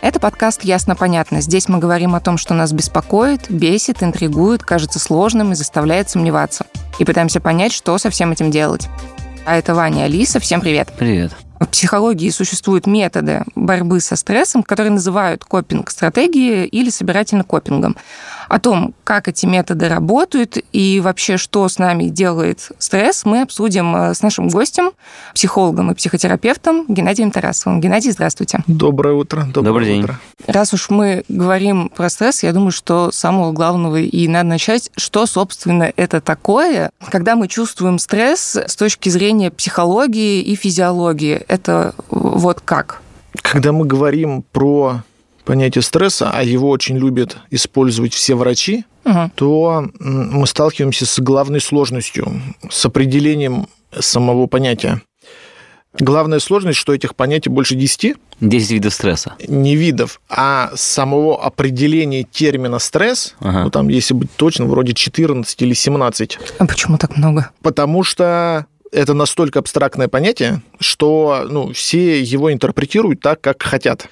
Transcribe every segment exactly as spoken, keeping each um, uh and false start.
Это подкаст «Ясно-понятно». Здесь мы говорим о том, что нас беспокоит, бесит, интригует, кажется сложным и заставляет сомневаться. И пытаемся понять, что со всем этим делать. А это Ваня и Алиса. Всем привет. Привет. В психологии существуют методы борьбы со стрессом, которые называют копинг-стратегией или собирательно-копингом. О том, как эти методы работают и вообще, что с нами делает стресс, мы обсудим с нашим гостем, психологом и психотерапевтом Геннадием Тарасовым. Геннадий, здравствуйте. Доброе утро. Доброе Добрый день. утро. Раз уж мы говорим про стресс, я думаю, что с самого главного и надо начать, что, собственно, это такое, когда мы чувствуем стресс с точки зрения психологии и физиологии. Это вот как? Когда мы говорим про понятие стресса, а его очень любят использовать все врачи, угу. то мы сталкиваемся с главной сложностью, с определением самого понятия. Главная сложность, что этих понятий больше десяти. десять видов стресса. Не видов, а самого определения термина «стресс», ага. ну, там, если быть точным, вроде четырнадцать или семнадцать. А почему так много? Потому что это настолько абстрактное понятие, что ну, все его интерпретируют так, как хотят.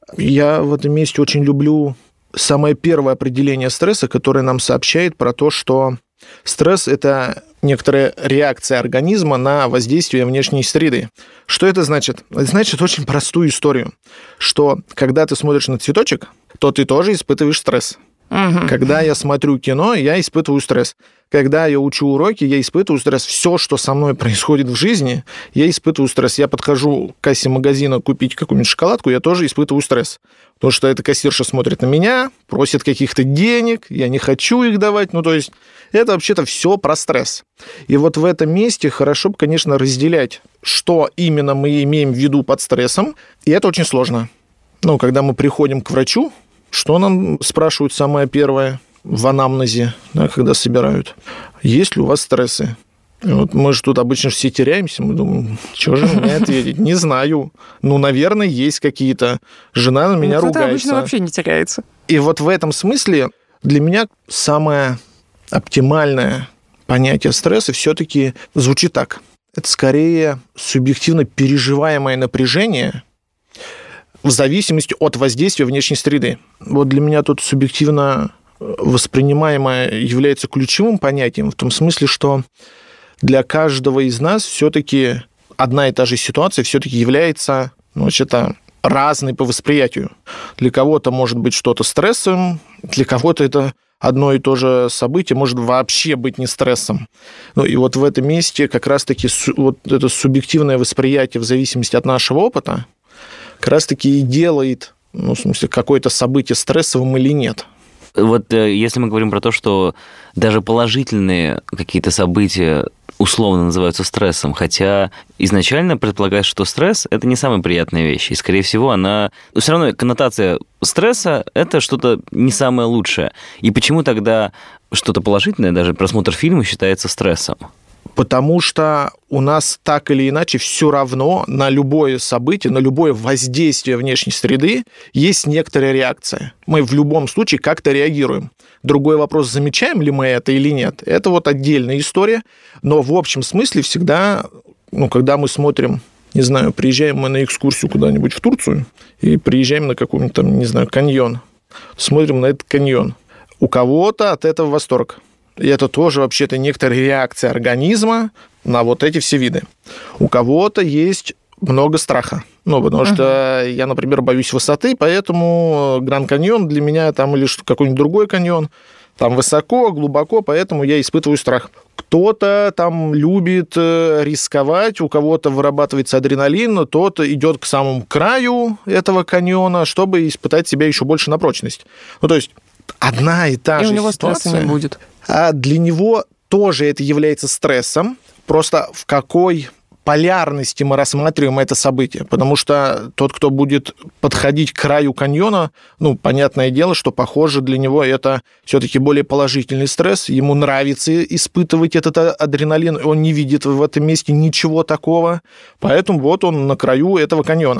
Я в этом месте очень люблю самое первое определение стресса, которое нам сообщает про то, что стресс – это некоторая реакция организма на воздействие внешней среды. Что это значит? Это значит очень простую историю, что когда ты смотришь на цветочек, то ты тоже испытываешь стресс. Угу. Когда я смотрю кино, я испытываю стресс. Когда я учу уроки, я испытываю стресс. Все, что со мной происходит в жизни, я испытываю стресс. Я подхожу к кассе магазина купить какую-нибудь шоколадку, я тоже испытываю стресс. Потому что эта кассирша смотрит на меня, просит каких-то денег, я не хочу их давать. Ну, то есть это вообще-то все про стресс. И вот в этом месте хорошо бы, конечно, разделять, что именно мы имеем в виду под стрессом. И это очень сложно. Ну, когда мы приходим к врачу, что нам спрашивают самое первое в анамнезе, да, когда собирают? Есть ли у вас стрессы? И вот мы же тут обычно все теряемся, мы думаем, что же мне ответить? Не знаю. Ну, наверное, есть какие-то. Жена на меня ну, ругается. Кто-то обычно вообще не теряется. И вот в этом смысле для меня самое оптимальное понятие стресса все-таки звучит так. Это скорее субъективно переживаемое напряжение в зависимости от воздействия внешней среды. Вот для меня тут субъективно воспринимаемое является ключевым понятием в том смысле, что для каждого из нас все-таки одна и та же ситуация все-таки является, ну, вообще-то, разной по восприятию. Для кого-то может быть что-то стрессом, для кого-то это одно и то же событие может вообще быть не стрессом. Ну, и вот в этом месте как раз-таки вот это субъективное восприятие в зависимости от нашего опыта как раз-таки и делает, ну, в смысле, какое-то событие стрессовым или нет. Вот если мы говорим про то, что даже положительные какие-то события условно называются стрессом, хотя изначально предполагается, что стресс – это не самая приятная вещь, и, скорее всего, она... Но все равно коннотация стресса – это что-то не самое лучшее. И почему тогда что-то положительное, даже просмотр фильма, считается стрессом? Потому что у нас так или иначе все равно на любое событие, на любое воздействие внешней среды есть некоторая реакция. Мы в любом случае как-то реагируем. Другой вопрос, замечаем ли мы это или нет, это вот отдельная история. Но в общем смысле всегда, ну, когда мы смотрим, не знаю, приезжаем мы на экскурсию куда-нибудь в Турцию и приезжаем на какой-нибудь там, не знаю, каньон, смотрим на этот каньон. У кого-то от этого восторг. И это тоже вообще-то некоторая реакция организма на вот эти все виды. У кого-то есть много страха. Ну, потому uh-huh. что я, например, боюсь высоты, поэтому Гранд Каньон для меня там или какой-нибудь другой каньон, там высоко, глубоко, поэтому я испытываю страх. Кто-то там любит рисковать, у кого-то вырабатывается адреналин, но тот идет к самому краю этого каньона, чтобы испытать себя еще больше на прочность. Ну, то есть одна и та и же у него ситуация. Стресса не будет. А для него тоже это является стрессом, просто в какой полярности мы рассматриваем это событие. Потому что тот, кто будет подходить к краю каньона, ну, понятное дело, что, похоже, для него это все-таки более положительный стресс. Ему нравится испытывать этот адреналин, он не видит в этом месте ничего такого. Поэтому вот он на краю этого каньона.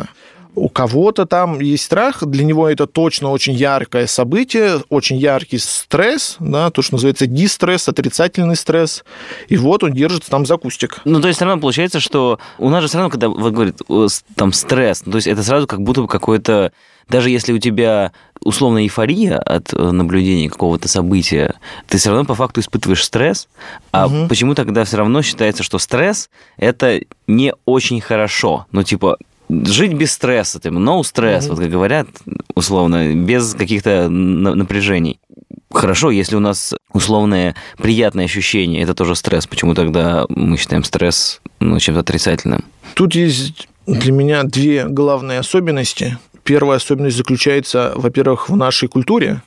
У кого-то там есть страх, для него это точно очень яркое событие, очень яркий стресс, да, то, что называется дистресс, отрицательный стресс, и вот он держится там за кустик. Ну, то есть, все равно получается, что у нас же все равно, когда вот говорит там стресс, то есть это сразу как будто бы какой-то, даже если у тебя условно эйфория от наблюдения какого-то события, ты все равно по факту испытываешь стресс, а угу. почему тогда все равно считается, что стресс – это не очень хорошо? Ну, типа, жить без стресса, типа, no stress, mm-hmm. вот как говорят, условно, без каких-то напряжений. Хорошо, если у нас условное приятное ощущение, это тоже стресс, почему тогда мы считаем стресс ну, чем-то отрицательным? Тут есть для меня две главные особенности. Первая особенность заключается, во-первых, в нашей культуре,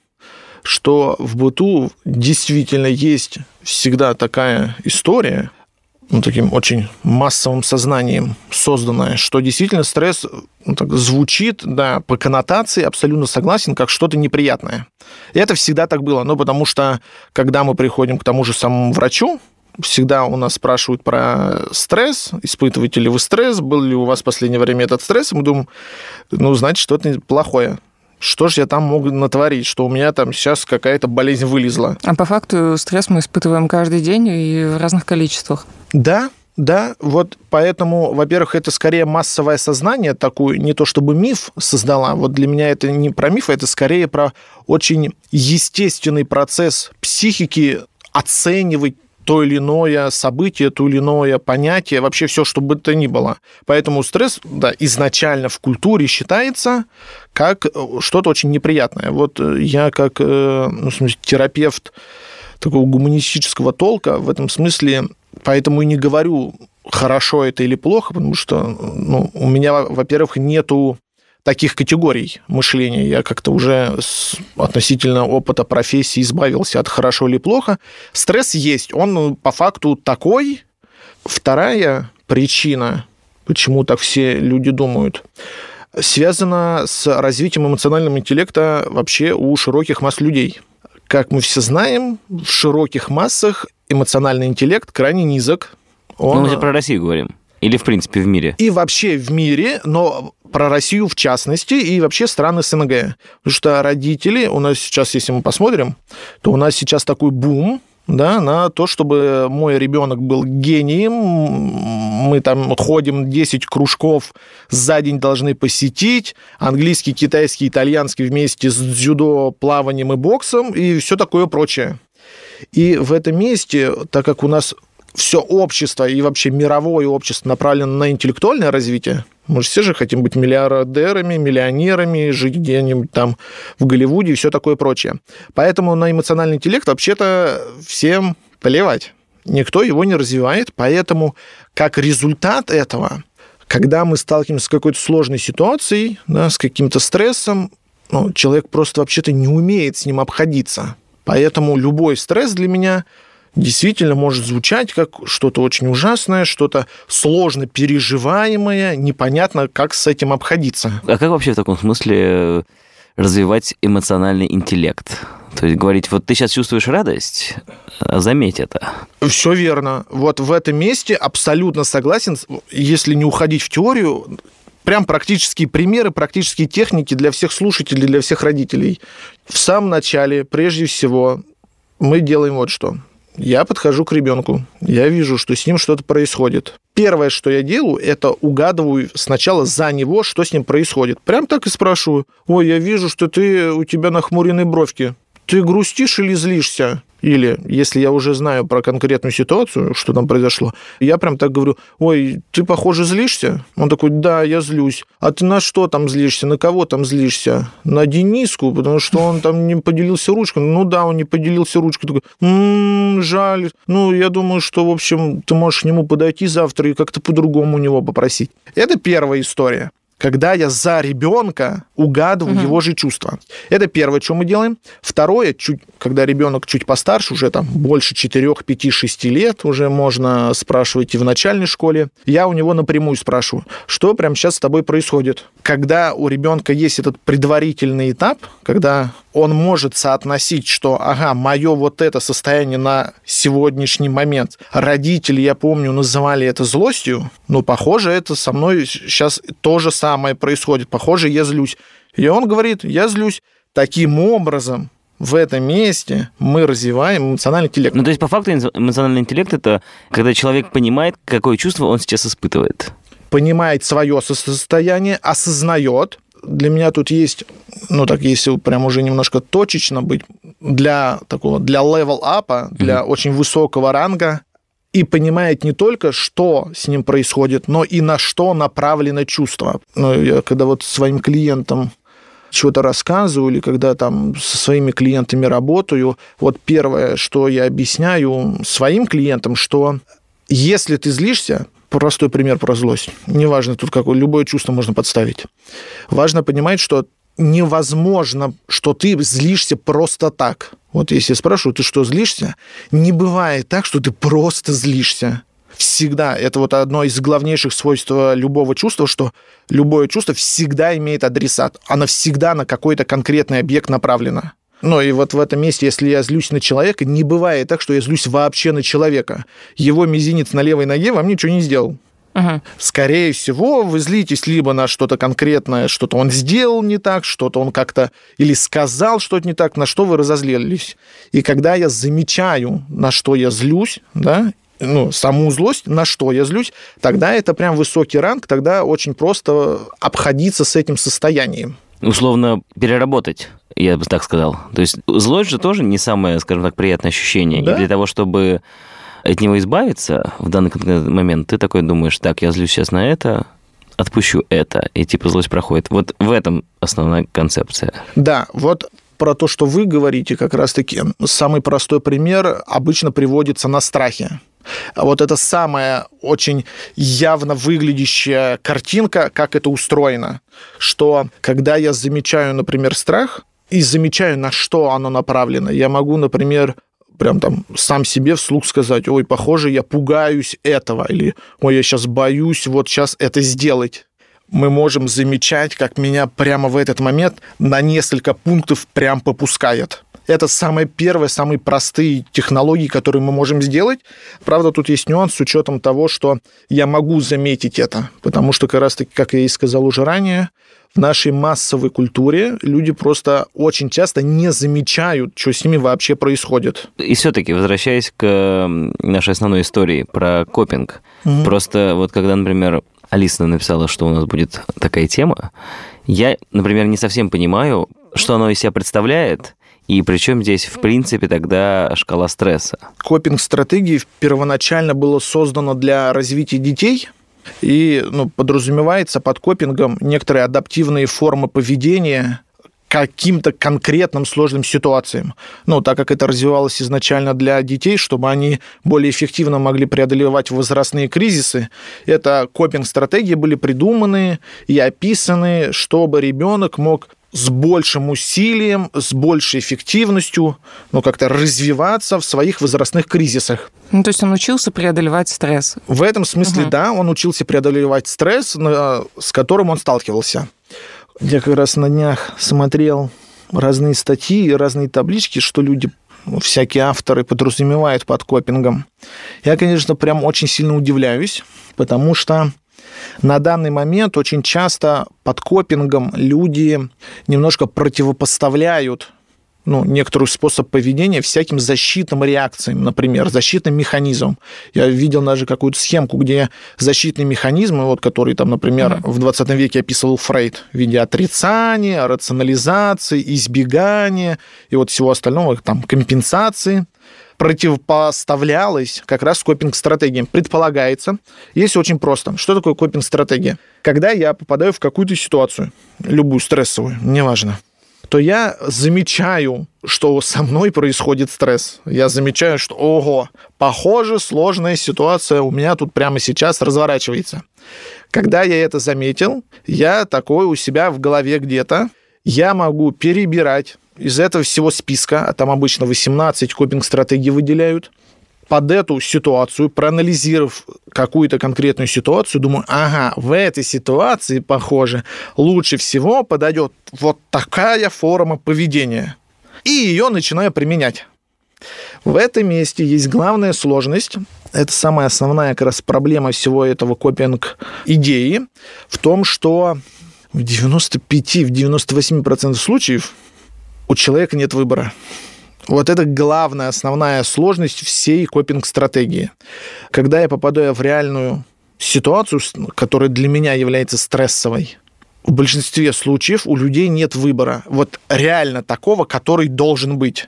что в быту действительно есть всегда такая история, ну, таким очень массовым сознанием созданное, что действительно стресс ну, так, звучит, да, по коннотации абсолютно согласен, как что-то неприятное. И это всегда так было, ну, потому что, когда мы приходим к тому же самому врачу, всегда у нас спрашивают про стресс, испытываете ли вы стресс, был ли у вас в последнее время этот стресс, и мы думаем, ну, значит, что-то плохое. Что же я там мог натворить, что у меня там сейчас какая-то болезнь вылезла. А по факту стресс мы испытываем каждый день и в разных количествах. Да, да, вот поэтому, во-первых, это скорее массовое сознание, такую, не то чтобы миф создала, вот для меня это не про миф, это скорее про очень естественный процесс психики оценивать то или иное событие, то или иное понятие, вообще все, что бы то ни было. Поэтому стресс, да, изначально в культуре считается как что-то очень неприятное. Вот я как ну, в смысле, терапевт такого гуманистического толка в этом смысле, поэтому и не говорю, хорошо это или плохо, потому что ну, у меня, во-первых, нету таких категорий мышления. Я как-то уже с относительно опыта профессии избавился от хорошо или плохо. Стресс есть, он по факту такой. Вторая причина, почему так все люди думают, связана с развитием эмоционального интеллекта вообще у широких масс людей. Как мы все знаем, в широких массах эмоциональный интеллект крайне низок. Он... Ну, мы же про Россию говорим. Или, в принципе, в мире? И вообще в мире, но про Россию в частности, и вообще страны СНГ. Потому что родители, у нас сейчас, если мы посмотрим, то у нас сейчас такой бум, да, на то, чтобы мой ребенок был гением. Мы там ходим десять кружков за день должны посетить. Английский, китайский, итальянский вместе с дзюдо, плаванием и боксом, и все такое прочее. И в этом месте, так как у нас все общество и вообще мировое общество направлено на интеллектуальное развитие, мы же все же хотим быть миллиардерами, миллионерами, жить где-нибудь там в Голливуде и все такое прочее. Поэтому на эмоциональный интеллект вообще-то всем плевать. Никто его не развивает, поэтому как результат этого, когда мы сталкиваемся с какой-то сложной ситуацией, да, с каким-то стрессом, ну, человек просто вообще-то не умеет с ним обходиться. Поэтому любой стресс для меня действительно может звучать как что-то очень ужасное, что-то сложно переживаемое, непонятно, как с этим обходиться. А как вообще в таком смысле развивать эмоциональный интеллект? То есть говорить, вот ты сейчас чувствуешь радость, заметь это. Все верно. Вот в этом месте абсолютно согласен. Если не уходить в теорию, прям практические примеры, практические техники для всех слушателей, для всех родителей. В самом начале, прежде всего, мы делаем вот что. Я подхожу к ребенку, я вижу, что с ним что-то происходит. Первое, что я делаю, это угадываю сначала за него, что с ним происходит. Прям так и спрашиваю. Ой, я вижу, что ты, у тебя нахмурены бровки. Ты грустишь или злишься? Или, если я уже знаю про конкретную ситуацию, что там произошло, я прям так говорю, ой, ты, похоже, злишься? Он такой, да, я злюсь. А ты на что там злишься? На кого там злишься? На Дениску, потому что он там не поделился ручкой. Ну да, он не поделился ручкой. Такой, м-м, жаль. Ну, я думаю, что, в общем, ты можешь к нему подойти завтра и как-то по-другому у него попросить. Это первая история. Когда я за ребенка угадываю угу. его же чувства. Это первое, что мы делаем. Второе, чуть, когда ребенок чуть постарше, уже там больше четырех, пяти, шести лет, уже можно спрашивать и в начальной школе, я у него напрямую спрашиваю, что прямо сейчас с тобой происходит. Когда у ребенка есть этот предварительный этап, когда он может соотносить, что, ага, мое вот это состояние на сегодняшний момент, родители, я помню, называли это злостью, но, похоже, это со мной сейчас то же самое самое происходит, похоже, я злюсь. И он говорит, я злюсь. Таким образом, в этом месте мы развиваем эмоциональный интеллект. Ну, то есть, по факту, эмоциональный интеллект – это когда человек понимает, какое чувство он сейчас испытывает. Понимает свое состояние, осознает. Для меня тут есть, ну, так, если прям уже немножко точечно быть, для такого, для level-up, для mm-hmm. очень высокого ранга, и понимает не только, что с ним происходит, но и на что направлено чувство. Ну, я когда вот своим клиентам чего-то рассказываю, или когда там со своими клиентами работаю, вот первое, что я объясняю своим клиентам, что если ты злишься, простой пример про злость, неважно тут какое, любое чувство можно подставить, важно понимать, что невозможно, что ты злишься просто так. Вот если я спрашиваю, ты что, злишься? Не бывает так, что ты просто злишься. Всегда. Это вот одно из главнейших свойств любого чувства, что любое чувство всегда имеет адресат. Оно всегда на какой-то конкретный объект направлено. Ну и вот в этом месте, если я злюсь на человека, не бывает так, что я злюсь вообще на человека. Его мизинец на левой ноге вам ничего не сделал. Угу. Скорее всего, вы злитесь либо на что-то конкретное, что-то он сделал не так, что-то он как-то или сказал что-то не так, на что вы разозлились. И когда я замечаю, на что я злюсь, да, ну, саму злость, на что я злюсь, тогда это прям высокий ранг, тогда очень просто обходиться с этим состоянием. Условно переработать, я бы так сказал. То есть злость же тоже не самое, скажем так, приятное ощущение. Да? И для того, чтобы от него избавиться в данный момент, ты такой думаешь, так, я злюсь сейчас на это, отпущу это, и типа злость проходит. Вот в этом основная концепция. Да, вот про то, что вы говорите, как раз-таки самый простой пример обычно приводится на страхе. Вот это самая очень явно выглядящая картинка, как это устроено, что когда я замечаю, например, страх и замечаю, на что оно направлено, я могу, например, прям там сам себе вслух сказать, ой, похоже, я пугаюсь этого, или ой, я сейчас боюсь вот сейчас это сделать. Мы можем замечать, как меня прямо в этот момент на несколько пунктов прям попускает. Это самые первые, самые простые технологии, которые мы можем сделать. Правда, тут есть нюанс с учетом того, что я могу заметить это, потому что, как раз-таки, как я и сказал уже ранее, в нашей массовой культуре люди просто очень часто не замечают, что с ними вообще происходит. И все-таки, возвращаясь к нашей основной истории про копинг, угу. Просто вот когда, например, Алиса написала, что у нас будет такая тема, я, например, не совсем понимаю, что оно из себя представляет, и причем здесь, в принципе, тогда шкала стресса. Копинг-стратегии первоначально было создано для развития детей, и ну, подразумевается под копингом некоторые адаптивные формы поведения к каким-то конкретным сложным ситуациям. Ну, так как это развивалось изначально для детей, чтобы они более эффективно могли преодолевать возрастные кризисы, это копинг-стратегии были придуманы и описаны, чтобы ребенок мог с большим усилием, с большей эффективностью, ну, как-то развиваться в своих возрастных кризисах. Ну, то есть он учился преодолевать стресс. В этом смысле, угу. да, он учился преодолевать стресс, с которым он сталкивался. Я как раз на днях смотрел разные статьи, разные таблички, что люди, всякие авторы подразумевают под копингом. Я, конечно, прям очень сильно удивляюсь, потому что на данный момент очень часто под копингом люди немножко противопоставляют ну, некоторый способ поведения всяким защитным реакциям, например, защитным механизмам. Я видел даже какую-то схемку, где защитные механизмы, вот, которые, там, например, mm-hmm. в двадцатом веке описывал Фрейд в виде отрицания, рационализации, избегания и вот всего остального, там, компенсации, противопоставлялось как раз копинг-стратегиям. Предполагается, если очень просто. Что такое копинг-стратегия? Когда я попадаю в какую-то ситуацию, любую стрессовую, неважно, то я замечаю, что со мной происходит стресс. Я замечаю, что, ого, похоже, сложная ситуация у меня тут прямо сейчас разворачивается. Когда я это заметил, я такой у себя в голове где-то, я могу перебирать из этого всего списка, а там обычно восемнадцать копинг-стратегий выделяют, под эту ситуацию, проанализировав какую-то конкретную ситуацию, думаю, ага, в этой ситуации, похоже, лучше всего подойдет вот такая форма поведения. И ее начинаю применять. В этом месте есть главная сложность. это самая основная как раз проблема всего этого копинг-идеи в том, что в девяноста пяти - девяноста восьми процентах случаев у человека нет выбора. Вот это главная, основная сложность всей копинг-стратегии. Когда я попадаю в реальную ситуацию, которая для меня является стрессовой, в большинстве случаев у людей нет выбора. Вот реально такого, который должен быть.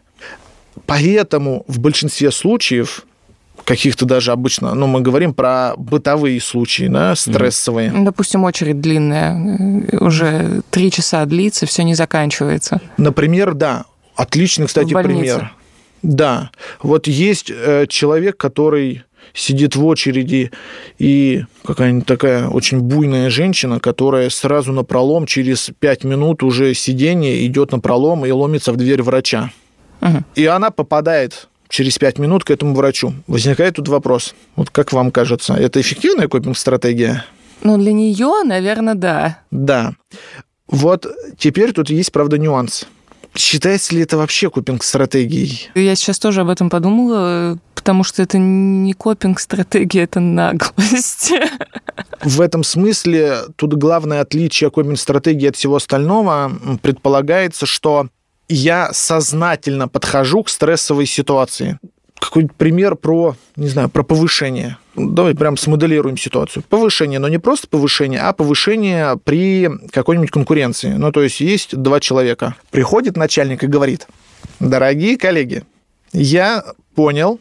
Поэтому в большинстве случаев, каких-то даже обычно, ну, мы говорим про бытовые случаи, да, стрессовые. Допустим, очередь длинная, уже три часа длится, все не заканчивается. Например, да. Отличный, кстати, пример. Да. Вот есть э, человек, который сидит в очереди, и какая-нибудь такая очень буйная женщина, которая сразу напролом, через пять минут уже сидения идет напролом и ломится в дверь врача. Угу. И она попадает через пять минут к этому врачу. Возникает тут вопрос. Вот как вам кажется, это эффективная копинг-стратегия? Ну, для нее, наверное, да. Да. Вот теперь тут есть, правда, нюанс. Считается ли это вообще копинг-стратегией? Я сейчас тоже об этом подумала, потому что это не копинг-стратегия, это наглость. В этом смысле тут главное отличие копинг-стратегии от всего остального предполагается, что я сознательно подхожу к стрессовой ситуации. Какой-то пример про, не знаю, про повышение. Давай прям смоделируем ситуацию. Повышение, но не просто повышение, а повышение при какой-нибудь конкуренции. Ну, то есть есть два человека. Приходит начальник и говорит: дорогие коллеги, я понял,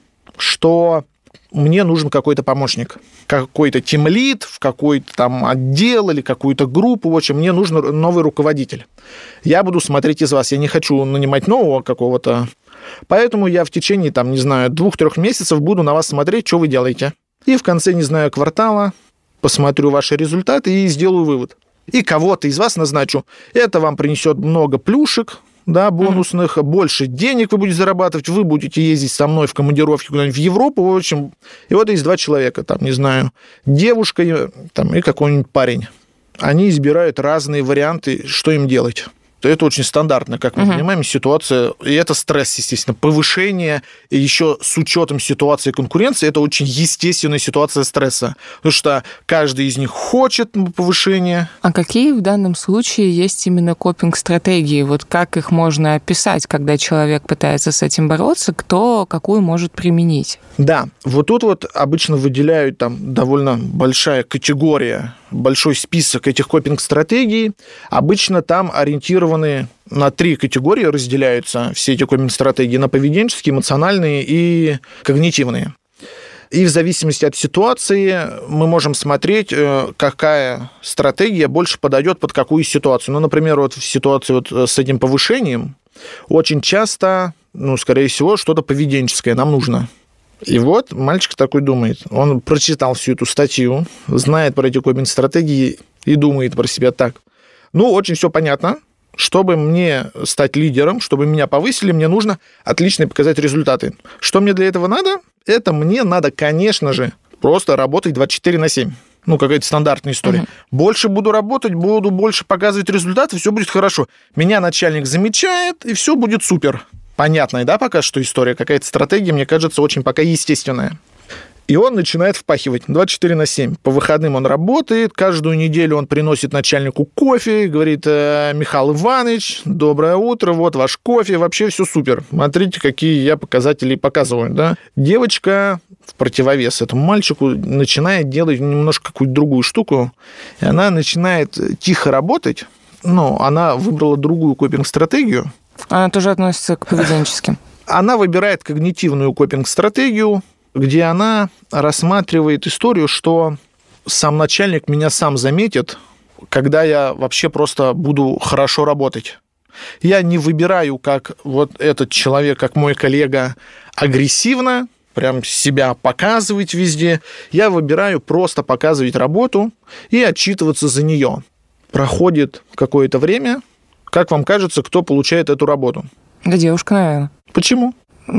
что мне нужен какой-то помощник, какой-то тимлид в какой-то там отдел или какую-то группу. В общем, мне нужен новый руководитель. Я буду смотреть из вас. Я не хочу нанимать нового какого-то. Поэтому я в течение, там, не знаю, двух-трех месяцев буду на вас смотреть, что вы делаете. И в конце, не знаю, квартала посмотрю ваши результаты и сделаю вывод. И кого-то из вас назначу. Это вам принесет много плюшек, да, бонусных, mm-hmm. больше денег вы будете зарабатывать, вы будете ездить со мной в командировки куда-нибудь в Европу, в общем. И вот есть два человека, там, не знаю, девушка там, и какой-нибудь парень. Они избирают разные варианты, что им делать. Это очень стандартно, как мы uh-huh. понимаем, ситуация, и это стресс, естественно, повышение, и еще с учетом ситуации конкуренции, это очень естественная ситуация стресса, потому что каждый из них хочет повышения. А какие в данном случае есть именно копинг-стратегии? Вот как их можно описать, когда человек пытается с этим бороться, кто какую может применить? Да, вот тут вот обычно выделяют там довольно большая категория, большой список этих копинг-стратегий. Обычно там ориентированы на три категории, разделяются все эти копинг-стратегии: на поведенческие, эмоциональные и когнитивные. И в зависимости от ситуации мы можем смотреть, какая стратегия больше подойдет под какую ситуацию. Ну, например, вот в ситуации вот с этим повышением очень часто, ну, скорее всего, что-то поведенческое нам нужно. И вот мальчик такой думает, он прочитал всю эту статью, знает про эти копинг-стратегии и думает про себя так: ну, очень все понятно, чтобы мне стать лидером, чтобы меня повысили, мне нужно отлично показать результаты. Что мне для этого надо? Это мне надо, конечно же, просто работать двадцать четыре на семь. Ну, какая-то стандартная история. Uh-huh. Больше буду работать, буду больше показывать результаты, все будет хорошо. Меня начальник замечает, и все будет супер. Понятная, да, пока что история, какая-то стратегия, мне кажется, очень пока естественная. И он начинает впахивать двадцать четыре на семь. По выходным он работает, каждую неделю он приносит начальнику кофе, говорит: Михаил Иванович, доброе утро, вот ваш кофе, вообще все супер. Смотрите, какие я показатели показываю, да. Девочка в противовес этому мальчику начинает делать немножко какую-то другую штуку, и она начинает тихо работать, но она выбрала другую копинг-стратегию. Она тоже относится к поведенческим. Она выбирает когнитивную копинг-стратегию, где она рассматривает историю, что сам начальник меня сам заметит, когда я вообще просто буду хорошо работать. Я не выбираю, как вот этот человек, как мой коллега, агрессивно, прям себя показывать везде. Я выбираю просто показывать работу и отчитываться за нее. Проходит какое-то время. Как вам кажется, кто получает эту работу? Да девушка, наверное. Почему?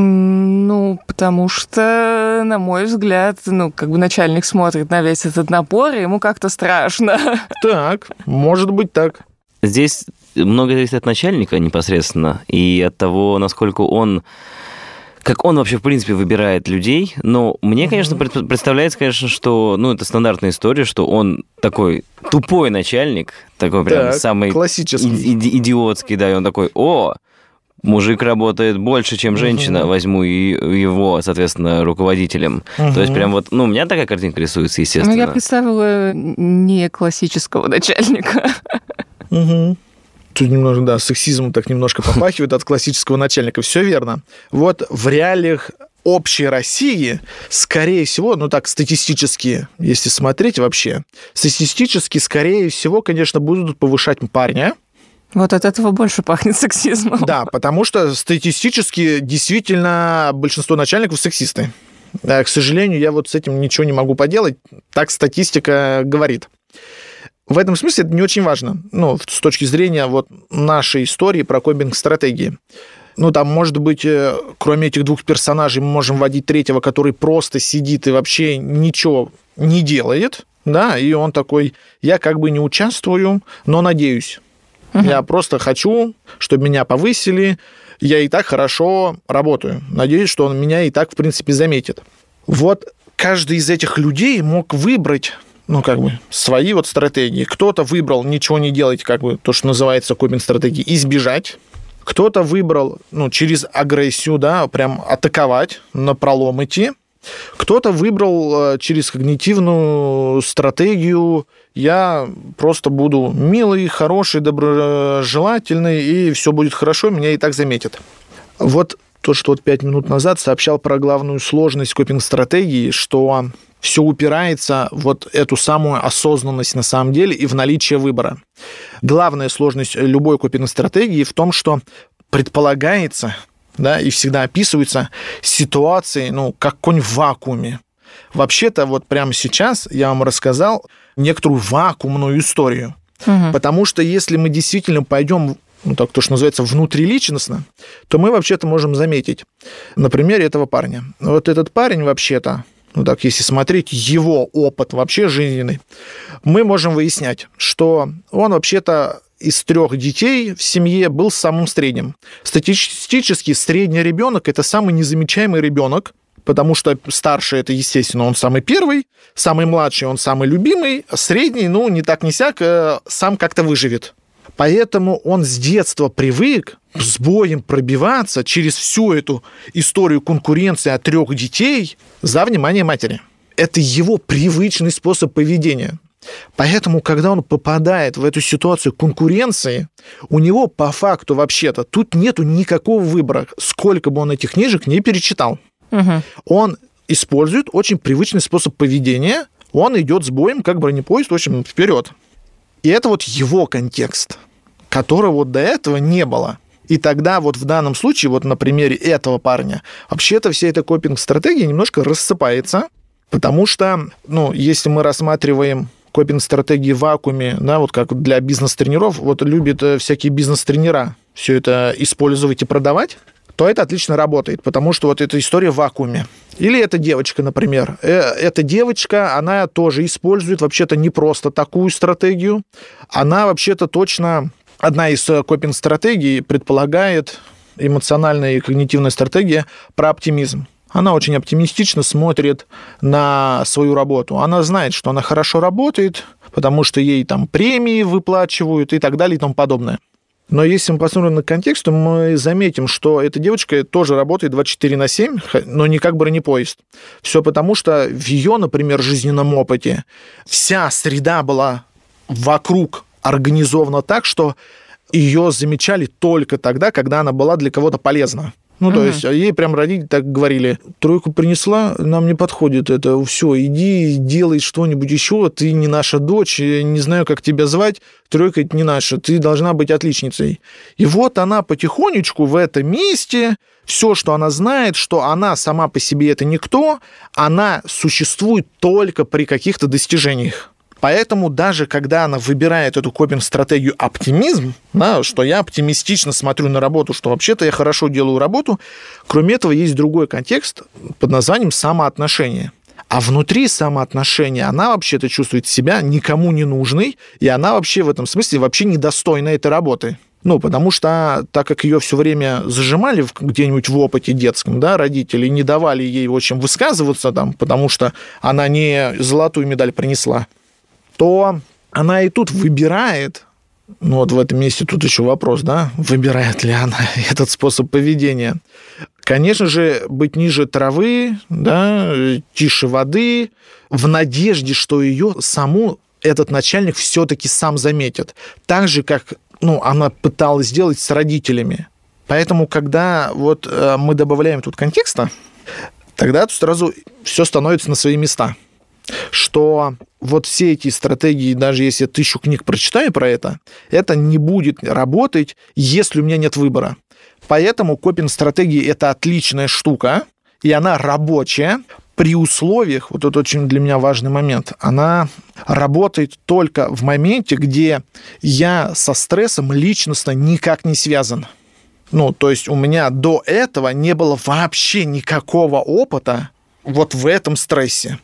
Ну, потому что, на мой взгляд, ну, как бы начальник смотрит на весь этот напор, и ему как-то страшно. Так, может быть так. Здесь много зависит от начальника непосредственно и от того, насколько он как он вообще, в принципе, выбирает людей. Но мне, конечно, mm-hmm. представляется, конечно, что, ну, это стандартная история, что он такой тупой начальник, такой прям так, самый классический. И- идиотский, да, и он такой, о, мужик работает больше, чем женщина, uh-huh. возьму и его, соответственно, руководителем. Uh-huh. То есть прям вот, ну, у меня такая картинка рисуется, естественно. Ну, я представила не классического начальника. Uh-huh. Тут немножко, да, сексизм так немножко попахивает от классического начальника. Все верно. Вот в реалиях общей России, скорее всего, ну так, статистически, если смотреть вообще, статистически, скорее всего, конечно, будут повышать парня. Вот от этого больше пахнет сексизмом. Да, потому что статистически действительно большинство начальников сексисты. К сожалению, я вот с этим ничего не могу поделать. Так статистика говорит. В этом смысле это не очень важно. Ну, с точки зрения вот нашей истории про копинг-стратегии. Ну, там, может быть, кроме этих двух персонажей, мы можем вводить третьего, который просто сидит и вообще ничего не делает. Да, и он такой, я как бы не участвую, но надеюсь. Uh-huh. Я просто хочу, чтобы меня повысили. Я и так хорошо работаю. Надеюсь, что он меня и так, в принципе, заметит. Вот каждый из этих людей мог выбрать, ну, как бы, свои вот стратегии. Кто-то выбрал ничего не делать, как бы, то, что называется копинг-стратегией, избежать. Кто-то выбрал, ну, через агрессию, да, прям атаковать, напролом идти. Кто-то выбрал через когнитивную стратегию, я просто буду милый, хороший, доброжелательный, и все будет хорошо, меня и так заметят. Вот то, что вот пять минут назад сообщал про главную сложность копинг-стратегии, что все упирается в вот эту самую осознанность на самом деле и в наличие выбора. Главная сложность любой копинг-стратегии в том, что предполагается, да, и всегда описываются ситуации, ну, как конь в вакууме. Вообще-то вот прямо сейчас я вам рассказал некоторую вакуумную историю. Угу. Потому что если мы действительно пойдем, ну, так то, что называется, внутриличностно, то мы вообще-то можем заметить на примере этого парня. Вот этот парень вообще-то, ну так, если смотреть его опыт вообще жизненный, мы можем выяснять, что он вообще-то из трех детей в семье был самым средним. Статистически средний ребенок – это самый незамечаемый ребенок, потому что старший – это, естественно, он самый первый, самый младший – он самый любимый, а средний, ну, не так не сяк, сам как-то выживет. Поэтому он с детства привык с боем пробиваться через всю эту историю конкуренции от трех детей за внимание матери. Это его привычный способ поведения. Поэтому, когда он попадает в эту ситуацию конкуренции, у него по факту вообще-то тут нету никакого выбора, сколько бы он этих книжек не перечитал. Угу. Он использует очень привычный способ поведения, он идет с боем, как бронепоезд, в общем, вперед. И это вот его контекст, которого вот до этого не было. И тогда вот в данном случае, вот на примере этого парня, вообще-то вся эта копинг-стратегия немножко рассыпается, потому что, ну, если мы рассматриваем копинг-стратегии в вакууме, да, вот как для бизнес-тренеров, вот любят всякие бизнес-тренера все это использовать и продавать, то это отлично работает, потому что вот эта история в вакууме. Или эта девочка, например. Эта девочка, она тоже использует вообще-то не просто такую стратегию, она вообще-то точно, одна из копинг-стратегий предполагает эмоциональная и когнитивная стратегия про оптимизм. Она очень оптимистично смотрит на свою работу. Она знает, что она хорошо работает, потому что ей там премии выплачивают и так далее и тому подобное. Но если мы посмотрим на контекст, то мы заметим, что эта девочка тоже работает двадцать четыре на семь, но не как бронепоезд. Все потому, что в ее, например, жизненном опыте вся среда была вокруг организована так, что ее замечали только тогда, когда она была для кого-то полезна. Ну, то угу. есть ей прям родители так говорили: тройку принесла, нам не подходит это, все, иди, делай что-нибудь еще, ты не наша дочь, я не знаю, как тебя звать, тройка это не наша, ты должна быть отличницей. И вот она потихонечку в этом месте, все, что она знает, что она сама по себе это никто, она существует только при каких-то достижениях. Поэтому даже когда она выбирает эту копинг-стратегию оптимизм, да, что я оптимистично смотрю на работу, что вообще-то я хорошо делаю работу, кроме этого есть другой контекст под названием самоотношение. А внутри самоотношения она вообще-то чувствует себя никому не нужной, и она вообще в этом смысле вообще недостойна этой работы. Ну, потому что, так как ее все время зажимали где-нибудь в опыте детском, да, родители не давали ей, в общем, высказываться там, потому что она не золотую медаль принесла, то она и тут выбирает, ну вот в этом месте тут еще вопрос, да, выбирает ли она этот способ поведения. Конечно же, быть ниже травы, да, тише воды, в надежде, что ее саму этот начальник все-таки сам заметит. Так же, как ну, она пыталась сделать с родителями. Поэтому, когда вот мы добавляем тут контекста, тогда тут сразу все становится на свои места. Что вот все эти стратегии, даже если я тысячу книг прочитаю про это, это не будет работать, если у меня нет выбора. Поэтому копинг-стратегии – это отличная штука, и она рабочая при условиях, вот это очень для меня важный момент, она работает только в моменте, где я со стрессом личностно никак не связан. Ну, то есть у меня до этого не было вообще никакого опыта вот в этом стрессе.